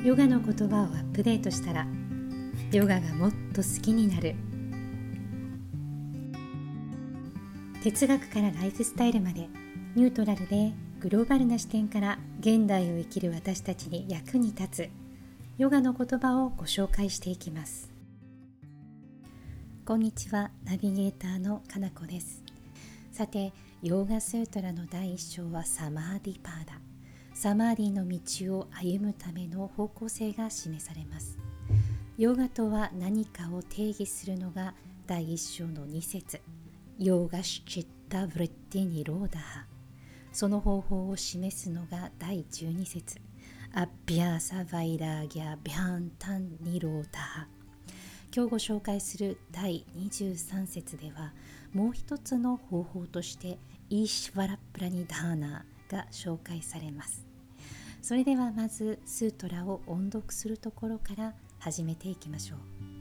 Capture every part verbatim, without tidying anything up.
ヨガの言葉をアップデートしたらヨガがもっと好きになる。哲学からライフスタイルまでニュートラルでグローバルな視点から現代を生きる私たちに役に立つヨガの言葉をご紹介していきます。こんにちは、ナビゲーターのかなこです。さて、ヨーガスートラのだいいっ章はサマーディパーダ。サマーディの道を歩むための方向性が示されます。ヨガとは何かを定義するのがだいいっ章のに節。ヨーガシチッタヴリッティニローダハ。その方法を示すのがだいじゅうに節。アッビャーサヴァイラーギャビャンタンニローダハ。今日ご紹介するだいにじゅうさん節では、もう一つの方法としてイーシュヴァラプラニダーナが紹介されます。それではまずスートラを音読するところから始めていきましょう。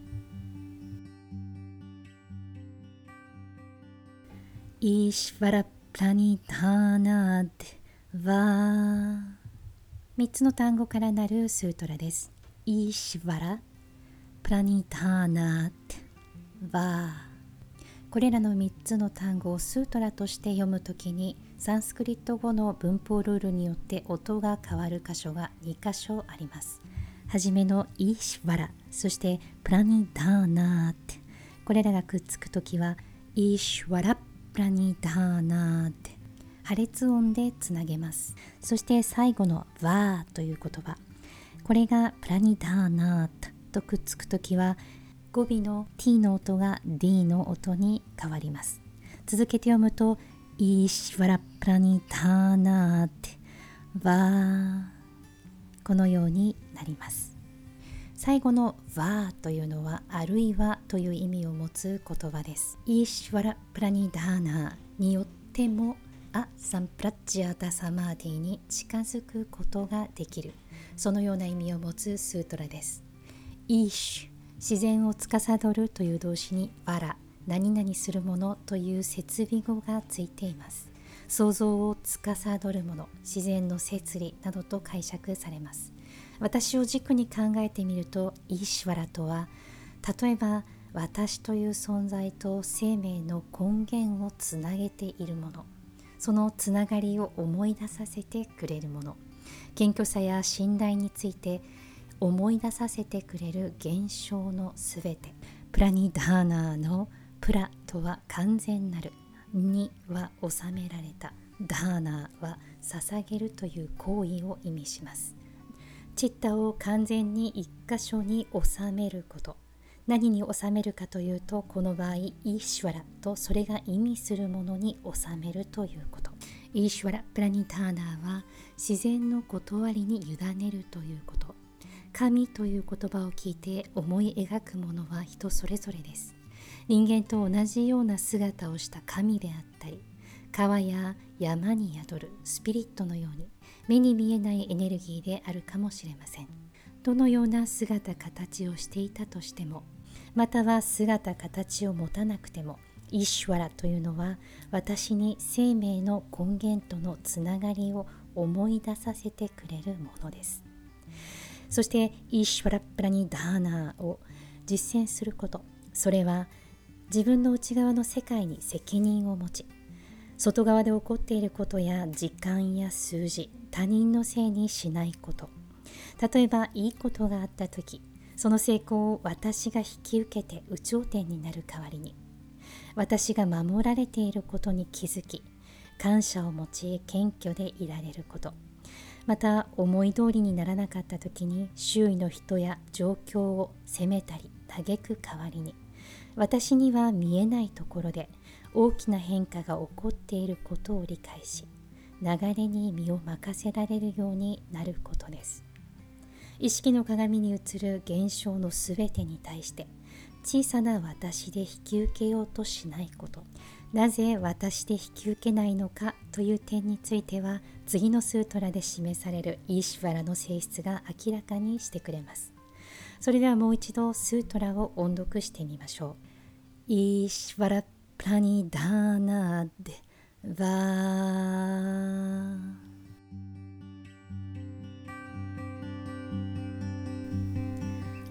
イーシュヴァラプラニダーナーはみっつの単語からなるスートラです。イーシュヴァラプラニダーナーはこれらのみっつの単語をスートラとして読むときにサンスクリット語の文法ルールによって音が変わる箇所がに箇所あります。はじめのイーシュヴァラ、そしてプラニダーナーテ、これらがくっつくときはイーシュヴァラプラニダーナーテ、破裂音でつなげます。そして最後のワーという言葉、これがプラニダーナーテとくっつくときは語尾の T の音が D の音に変わります。続けて読むとイーシュヴァラプラニダーナーテはこのようになります。最後のはというのはあるいはという意味を持つ言葉です。イーシュヴァラプラニダーナーによってもアサンプラッジャータサマーディに近づくことができる、そのような意味を持つスートラです。イーシュ、自然を司るという動詞にバラ、何々するものという設備語がついています。創造を司るもの、自然の摂理などと解釈されます。私を軸に考えてみると、イーシュヴァラとは、例えば私という存在と生命の根源をつなげているもの、そのつながりを思い出させてくれるもの、謙虚さや信頼について思い出させてくれる現象のすべて。プラニダーナーのプラとは完全なる、には収められた、ダーナーは捧げるという行為を意味します。チッタを完全に一箇所に収めること。何に収めるかというと、この場合イーシュヴァラとそれが意味するものに収めるということ。イーシュヴァラプラニダーナーは自然の断りに委ねるということ。神という言葉を聞いて思い描くものは人それぞれです。人間と同じような姿をした神であったり、川や山に宿るスピリットのように目に見えないエネルギーであるかもしれません。どのような姿形をしていたとしても、または姿形を持たなくても、イーシュヴァラというのは私に生命の根源とのつながりを思い出させてくれるものです。そしてイーシュヴァラプラニダーナーを実践すること、それは自分の内側の世界に責任を持ち、外側で起こっていることや時間や数字、他人のせいにしないこと。例えばいいことがあったとき、その成功を私が引き受けて有頂天になる代わりに、私が守られていることに気づき、感謝を持ち謙虚でいられること。また思い通りにならなかった時に周囲の人や状況を責めたり嘆く代わりに、私には見えないところで大きな変化が起こっていることを理解し、流れに身を任せられるようになることです。意識の鏡に映る現象のすべてに対して小さな私で引き受けようとしないこと。なぜ私で引き受けないのかという点については、次のスートラで示されるイーシュヴァラの性質が明らかにしてくれます。それではもう一度スートラを音読してみましょう。イーシュヴァラプラニダーナーデヴァ。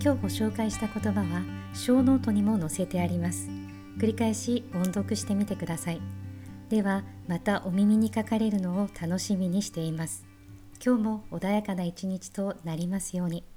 今日ご紹介した言葉は小ノートにも載せてあります。繰り返し音読してみてください。ではまたお耳にかかれるのを楽しみにしています。今日も穏やかな一日となりますように。